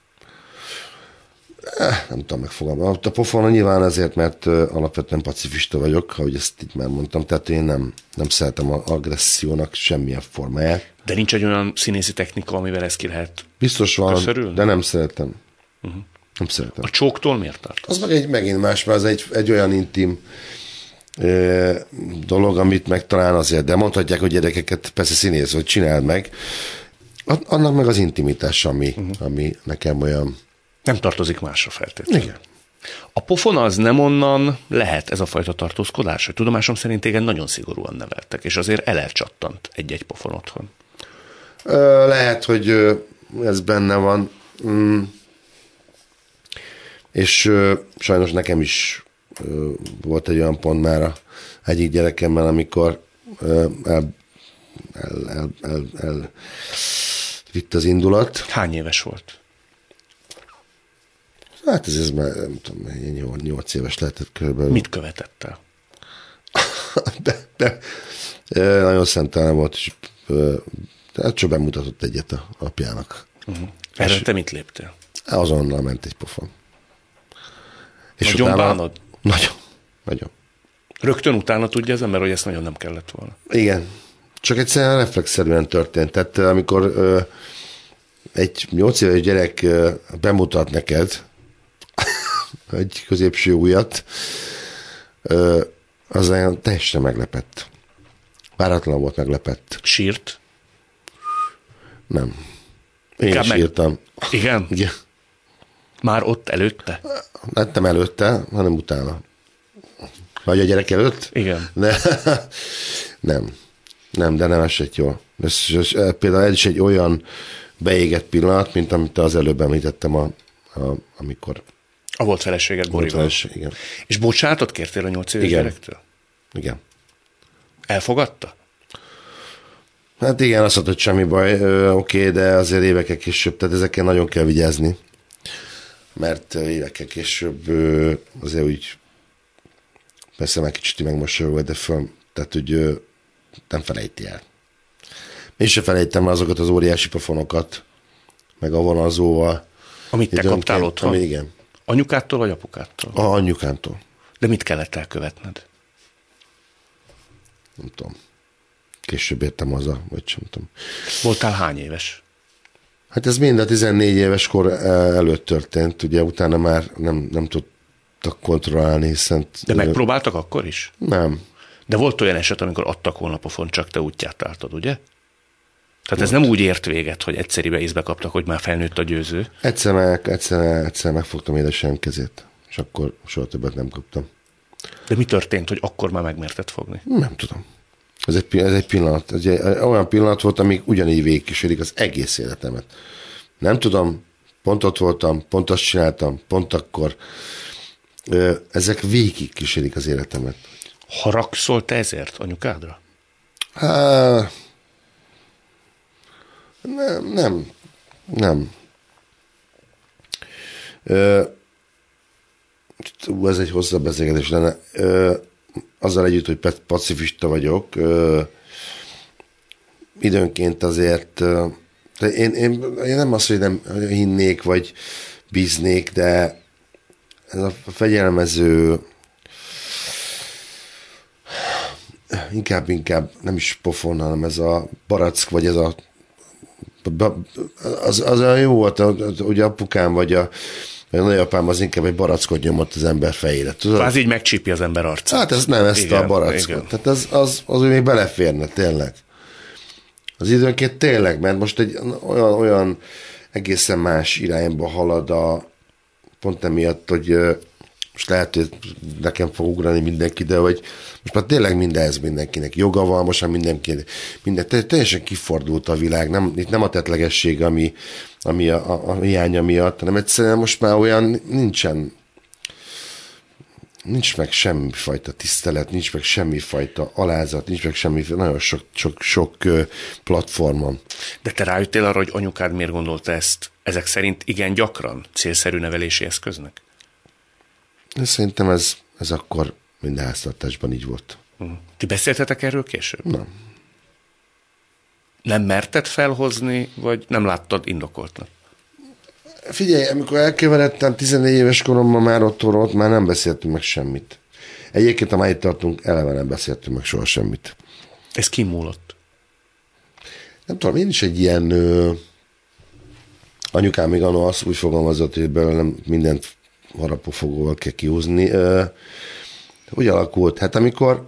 Nem tudom megfogalmazni. A pofon nyilván azért, mert alapvetően pacifista vagyok, ahogy ezt itt már mondtam, tehát én nem szeretem az agressziónak semmilyen formáját. De nincs egy olyan színészi technika, amivel ezt ki lehet Biztos van, köszörülni? de nem szeretem. Nem szeretem. A csóktól miért tartasz? Az megint más, mert az egy olyan intim dolog, amit meg talán azért, de mondhatják, hogy gyerekeket persze színész, hogy csináld meg. Annak meg az intimitás, ami nekem olyan... Nem tartozik másra feltétlenül. Igen. A pofon az nem onnan lehet ez a fajta tartózkodás, hogy tudomásom szerint téged nagyon szigorúan neveltek, és azért elcsattant egy-egy pofon otthon. Lehet, hogy ez benne van, és sajnos nekem is volt egy olyan pont már egyik gyerekemmel, amikor vitt az indulat. Hány éves volt? Hát ez már, nem tudom, 8 éves lehetett körülbelül. Mit követett el? de nagyon szentelen volt, és csak bemutatott egyet a apjának. Erre te mit léptél? Azonnal ment egy pofon. És Nagyon bánod? Nagyon. Rögtön utána tudja az ember, hogy ezt nagyon nem kellett volna. Igen. Csak egyszerűen reflexzerűen történt. Tehát amikor egy 8 éves gyerek bemutat neked egy középső ujjat, az olyan teljesen meglepett. Váratlan volt meglepett. Sírt? Nem. Én is írtam. Igen? Igen. Már ott előtte? Nem előtte, hanem utána. Vagy a gyerek előtt? Igen. De nem esett jól. Például ez is egy olyan beégett pillanat, mint amit az előbb említettem, amikor... A volt feleséged Borival. Igen. És bocsánatot kértél a 8 éves gyerektől? Igen. Elfogadta? Hát igen, azt mondta, hogy semmi baj, oké, de azért évekkel később, tehát ezekkel nagyon kell vigyázni, mert évekkel később azért úgy persze már kicsit megmosolyogott, de tehát úgy nem felejti el. Én sem felejtem el azokat az óriási pofonokat, meg a vonalzóval. Amit te kaptál otthon? Igen. Anyukádtól vagy apukádtól? Anyukámtól. De mit kellett elkövetned? Nem tudom. Később értem haza, vagy sem tudom. Voltál hány éves? Hát ez mind a 14 éves kor előtt történt, ugye utána már nem tudtak kontrollálni, hiszen... De megpróbáltak akkor is? Nem. De volt olyan eset, amikor adtak volna pofon, csak te útját álltad, ugye? Tehát ez nem úgy ért véget, hogy egyszeribe észbe kaptak, hogy már felnőtt a győző. Egyszer megfogtam édesanyám kezét, és akkor soha többet nem kaptam. De mi történt, hogy akkor már megmerted fogni? Nem tudom. Ez egy pillanat. Ez egy olyan pillanat volt, amíg ugyanígy végigkísérik az egész életemet. Nem tudom, pont ott voltam, pont azt csináltam, pont akkor. Ezek végigkísérik az életemet. Haragszol te ezért anyukádra? Nem. Ez egy hosszabb beszélgetés lenne. Azzal együtt, hogy pacifista vagyok, időnként azért, én nem azt, hogy nem hinnék, vagy bíznék, de ez a fegyelmező, inkább nem is pofon, hanem ez a barack, vagy ez az olyan jó volt, ugye apukám, vagy a nagyapám az inkább egy barackot nyomott az ember fejére. Kvázi így megcsípi az ember arcát. Hát ez nem, ezt igen, a barackot. Igen. Tehát az még beleférne, tényleg. Az időnként tényleg, mert most egy olyan egészen más irányba halad pont emiatt, hogy most lehet, hogy nekem fog ugrani mindenki, de hogy most már tényleg mindenhez mindenkinek joga van, most már minden teljesen kifordult a világ, itt nem a tettlegesség, ami a hiánya miatt, hanem egyszerűen most már olyan nincs meg semmifajta tisztelet, nincs meg semmifajta alázat, nincs meg semmifajta, nagyon sok platformon. De te rájöttél arra, hogy anyukád miért gondolta ezt ezek szerint igen gyakran célszerű nevelési eszköznek? Szerintem ez akkor minden háztartásban így volt. Ti beszéltetek erről később? Nem. Nem merted felhozni, vagy nem láttad indokoltnak? Figyelj, amikor elkeveredtem 14 éves koromban már ott már nem beszéltünk meg semmit. Egyébként, ha itt tartunk, eleve nem beszéltünk meg soha semmit. Ez kimúlott? Nem tudom, én is egy ilyen anyukám még anno azt úgy fogalmazott, hogy belőlem mindent harapófogóval kell kihúzni. Úgy alakult, hát amikor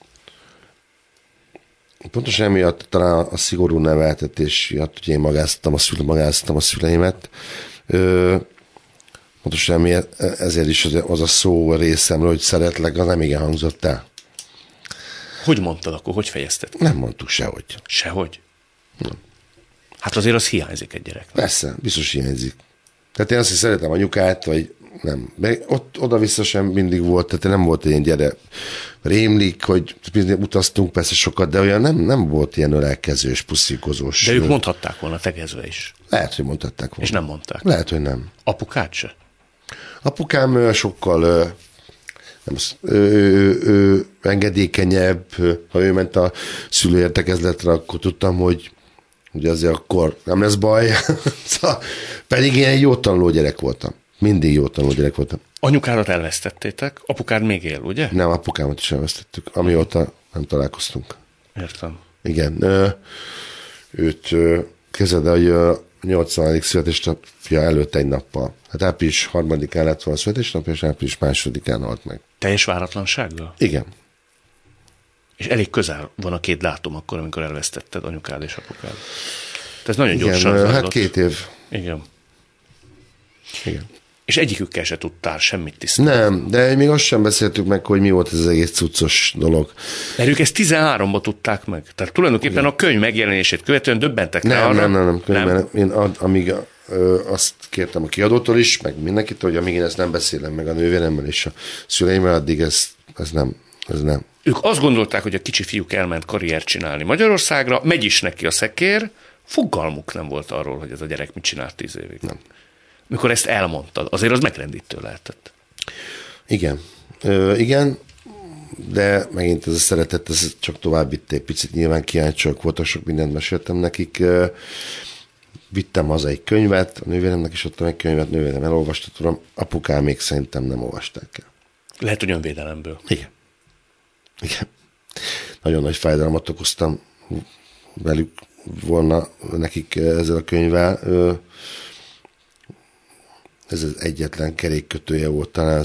pontosan emiatt talán a szigorú neveltetés miatt, hogy én magáztam a szüleimet, pontosan emiatt, ezért is az a szó részemről, hogy szeretlek, az nem igen hangzott el. Hogy mondtad akkor, hogy fejezted? Nem mondtuk sehogy. Sehogy? Nem. Hát azért az hiányzik egy gyereknek. Persze, biztos hiányzik. Tehát én azt is szeretem anyukát, vagy nem. De ott oda-vissza sem mindig volt, tehát nem volt ilyen gyere. Rémlik, hogy utaztunk persze sokat, de olyan nem volt ilyen ölelkezős, puszilkozós. De ők mondhatták volna tegezve is. Lehet, hogy mondhatták volna. És nem mondták. Lehet, hogy nem. Apukát se? Apukám sokkal engedékenyebb, ha ő ment a szülőértekezletre, akkor tudtam, hogy azért akkor nem lesz baj. Pedig ilyen jó tanuló gyerek voltam. Mindig jó tanuló gyerek voltam. Anyukádat elvesztettétek, apukád még él, ugye? Nem, apukámat is elvesztettük, amióta nem találkoztunk. Értem. Igen. Őt kezded, hogy 80. születésnapja előtt egy nappal. Hát április 3-án lett volna a születésnapja, és április 2-án halt meg. Teljes váratlansággal? Igen. És elég közel van a két dátum akkor, amikor elvesztetted anyukád és apukád. Ez nagyon Igen, gyorsan zajlott. hát 2 év. Igen. Igen. És egyikükkel se tudtál semmit tisztálni. Nem, de még azt sem beszéltük meg, hogy mi volt ez az egész cuccos dolog. Mert ők ezt 13-ban tudták meg. Tehát tulajdonképpen igen. A könyv megjelenését követően döbbentek rá arra. Nem. Én amíg azt kértem a kiadótól is, meg mindenkitől, hogy amíg én ezt nem beszélem meg a nővéremmel és a szüleimmel, addig ez nem. Ők azt gondolták, hogy a kicsi fiúk elment karriert csinálni Magyarországra, megy is neki a szekér, fogalmuk nem volt arról, hogy ez a gyerek mit csinált 10 évig. Nem. Mikor ezt elmondtad, azért az megrendítő lehetett. Igen. Igen, de megint ez a szeretet, ez csak tovább vitt egy picit, nyilván kíváncsiak voltak, sok mindent meséltem nekik. Vittem haza egy könyvet, a nővéremnek is adtam egy könyvet, nővérem elolvasta, tudom, apukám még szerintem nem olvasták el. Lehet, hogy önvédelemből. Igen. Nagyon nagy fájdalmat okoztam velük volna nekik ezzel a könyvvel. Ez az egyetlen kerékkötője volt talán,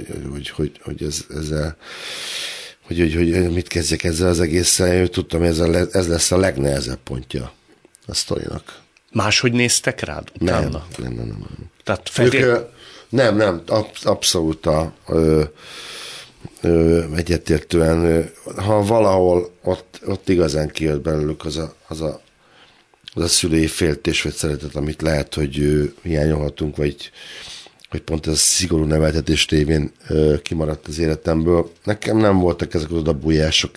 hogy mit kezdjek ezzel az egésszel. Tudtam, hogy ez lesz a legnehezebb pontja a sztorinak. Máshogy néztek rád utána? Nem. Tehát nem, abszolút egyetértően, ha valahol ott igazán kijött belőlük az a szülői féltés vagy szeretet, amit lehet, hogy hiányolhatunk, vagy pont ez a szigorú neveltetés révén kimaradt az életemből. Nekem nem voltak ezek az odabújások,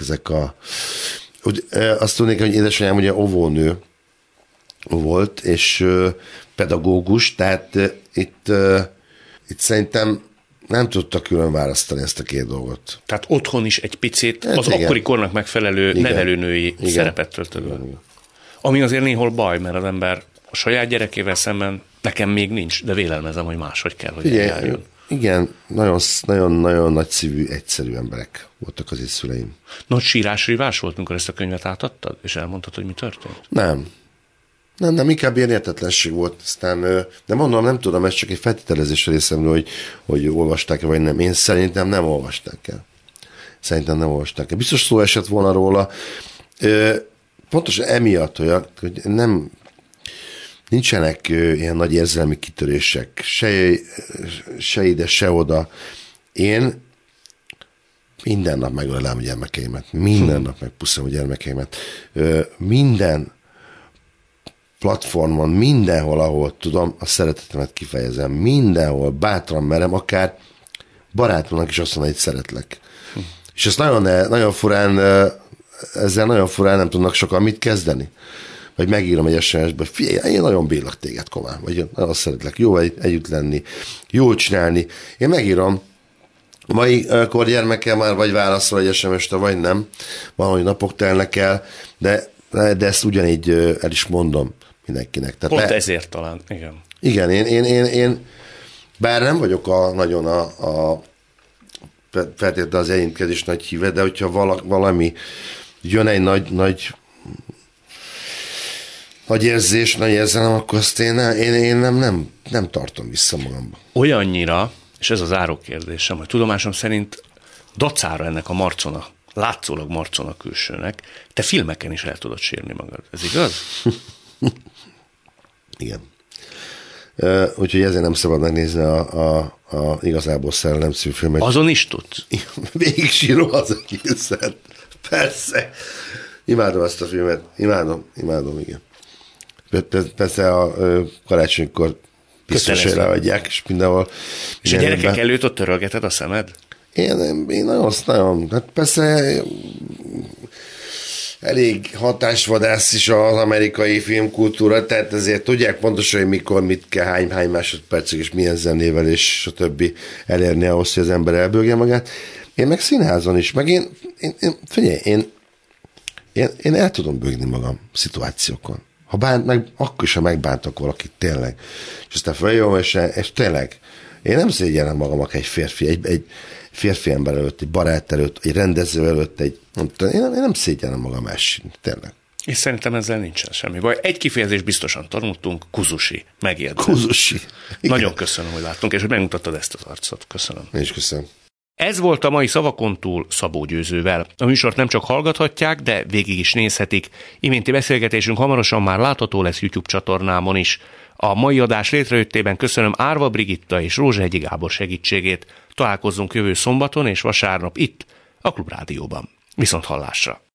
azt tudnék, hogy édesanyám ugye óvónő volt, és pedagógus, tehát itt szerintem nem tudta külön választani ezt a két dolgot. Tehát otthon is egy picit az akkori kornak megfelelő nevelőnői szerepet töltött. Ami azért néhol baj, mert az ember a saját gyerekével szemben nekem még nincs, de vélelmezem, hogy máshogy kell, hogy eljárjon. Igen, nagyon nagyszívű, egyszerű emberek voltak az én szüleim. Nagy sírás-rívás volt, mikor ezt a könyvet átadtad, és elmondtad, hogy mi történt? Nem, inkább ilyen értetlenség volt. Aztán, de mondom, nem tudom, ez csak egy feltételezés részemről, hogy olvasták-e, vagy nem. Én szerintem nem olvasták el. Biztos szó esett volna róla. Pontosan emiatt, hogy nincsenek ilyen nagy érzelmi kitörések, se ide, se oda. Én minden nap megölelem a gyermekeimet, minden nap megpuszom a gyermekeimet. Minden platformon, mindenhol, ahol tudom, a szeretetemet kifejezem. Mindenhol, bátran merem, akár barátomnak is azt mondani, hogy szeretlek. És ezt nagyon furán, ezzel nagyon furán nem tudnak sokan mit kezdeni. vagy megírom egy SMS-be, figyelj, én nagyon bírlak téged, Komám, vagy nagyon szeretlek, jó együtt lenni, jól csinálni. Én megírom, a mai korgyermekkel már vagy válaszol egy SMS-te, vagy nem. Valahogy napok telnek el, de ezt ugyanígy el is mondom mindenkinek. Tehát pont ezért talán, igen. Igen, én bár nem vagyok nagyon a feltétlenül az elintkezés nagy híve, de hogyha valami jön egy nagy érzés, nagy érzelem, akkor azt én nem tartom vissza magamba. Olyannyira, és ez az záró kérdésem, hogy tudomásom szerint dacára ennek a marcona, látszólag marcona külsőnek, te filmeken is el tudod sírni magad. Ez igaz? Igen. Úgyhogy ezért nem szabad megnézni a igazából Szerelem című filmet. Azon is tudsz? Végig sírom az egészet. Persze. Imádom ezt a filmet. Imádom, igen. Persze a karácsonykor biztosra adják, és mindenhol. És a gyerekek előtt ott törölgeted a szemed? Én nagyon, hát persze elég hatásvadász is az amerikai filmkultúra, tehát ezért tudják pontosan, hogy mikor, mit kell, hány másodpercig, és milyen zenével, és a többi elérni ahhoz, hogy az ember elbőgje magát. Én meg színházon is, meg én el tudom bőgni magam szituációkon. Akkor is, ha megbántok valakit tényleg. És aztán feljön, és tényleg, én nem szégyellem magam, akár egy férfi, egy férfi ember előtt, egy barát előtt, egy rendező előtt, én nem szégyellem magam elsőt, tényleg. És szerintem ezzel nincsen semmi baj. Egy kifejezést biztosan tanultunk, kuzusi, megjegyzem. Kuzusi. Nagyon köszönöm, hogy láttunk, és hogy megmutattad ezt az arcot. Köszönöm. Én is köszönöm. Ez volt a mai Szavakon túl Szabó Győzővel. A műsort nem csak hallgathatják, de végig is nézhetik. Iménti beszélgetésünk hamarosan már látható lesz YouTube csatornámon is. A mai adás létrejöttében köszönöm Árva Brigitta és Rózsahegyi Gábor segítségét. Találkozzunk jövő szombaton és vasárnap itt, a Klubrádióban. Viszont hallásra!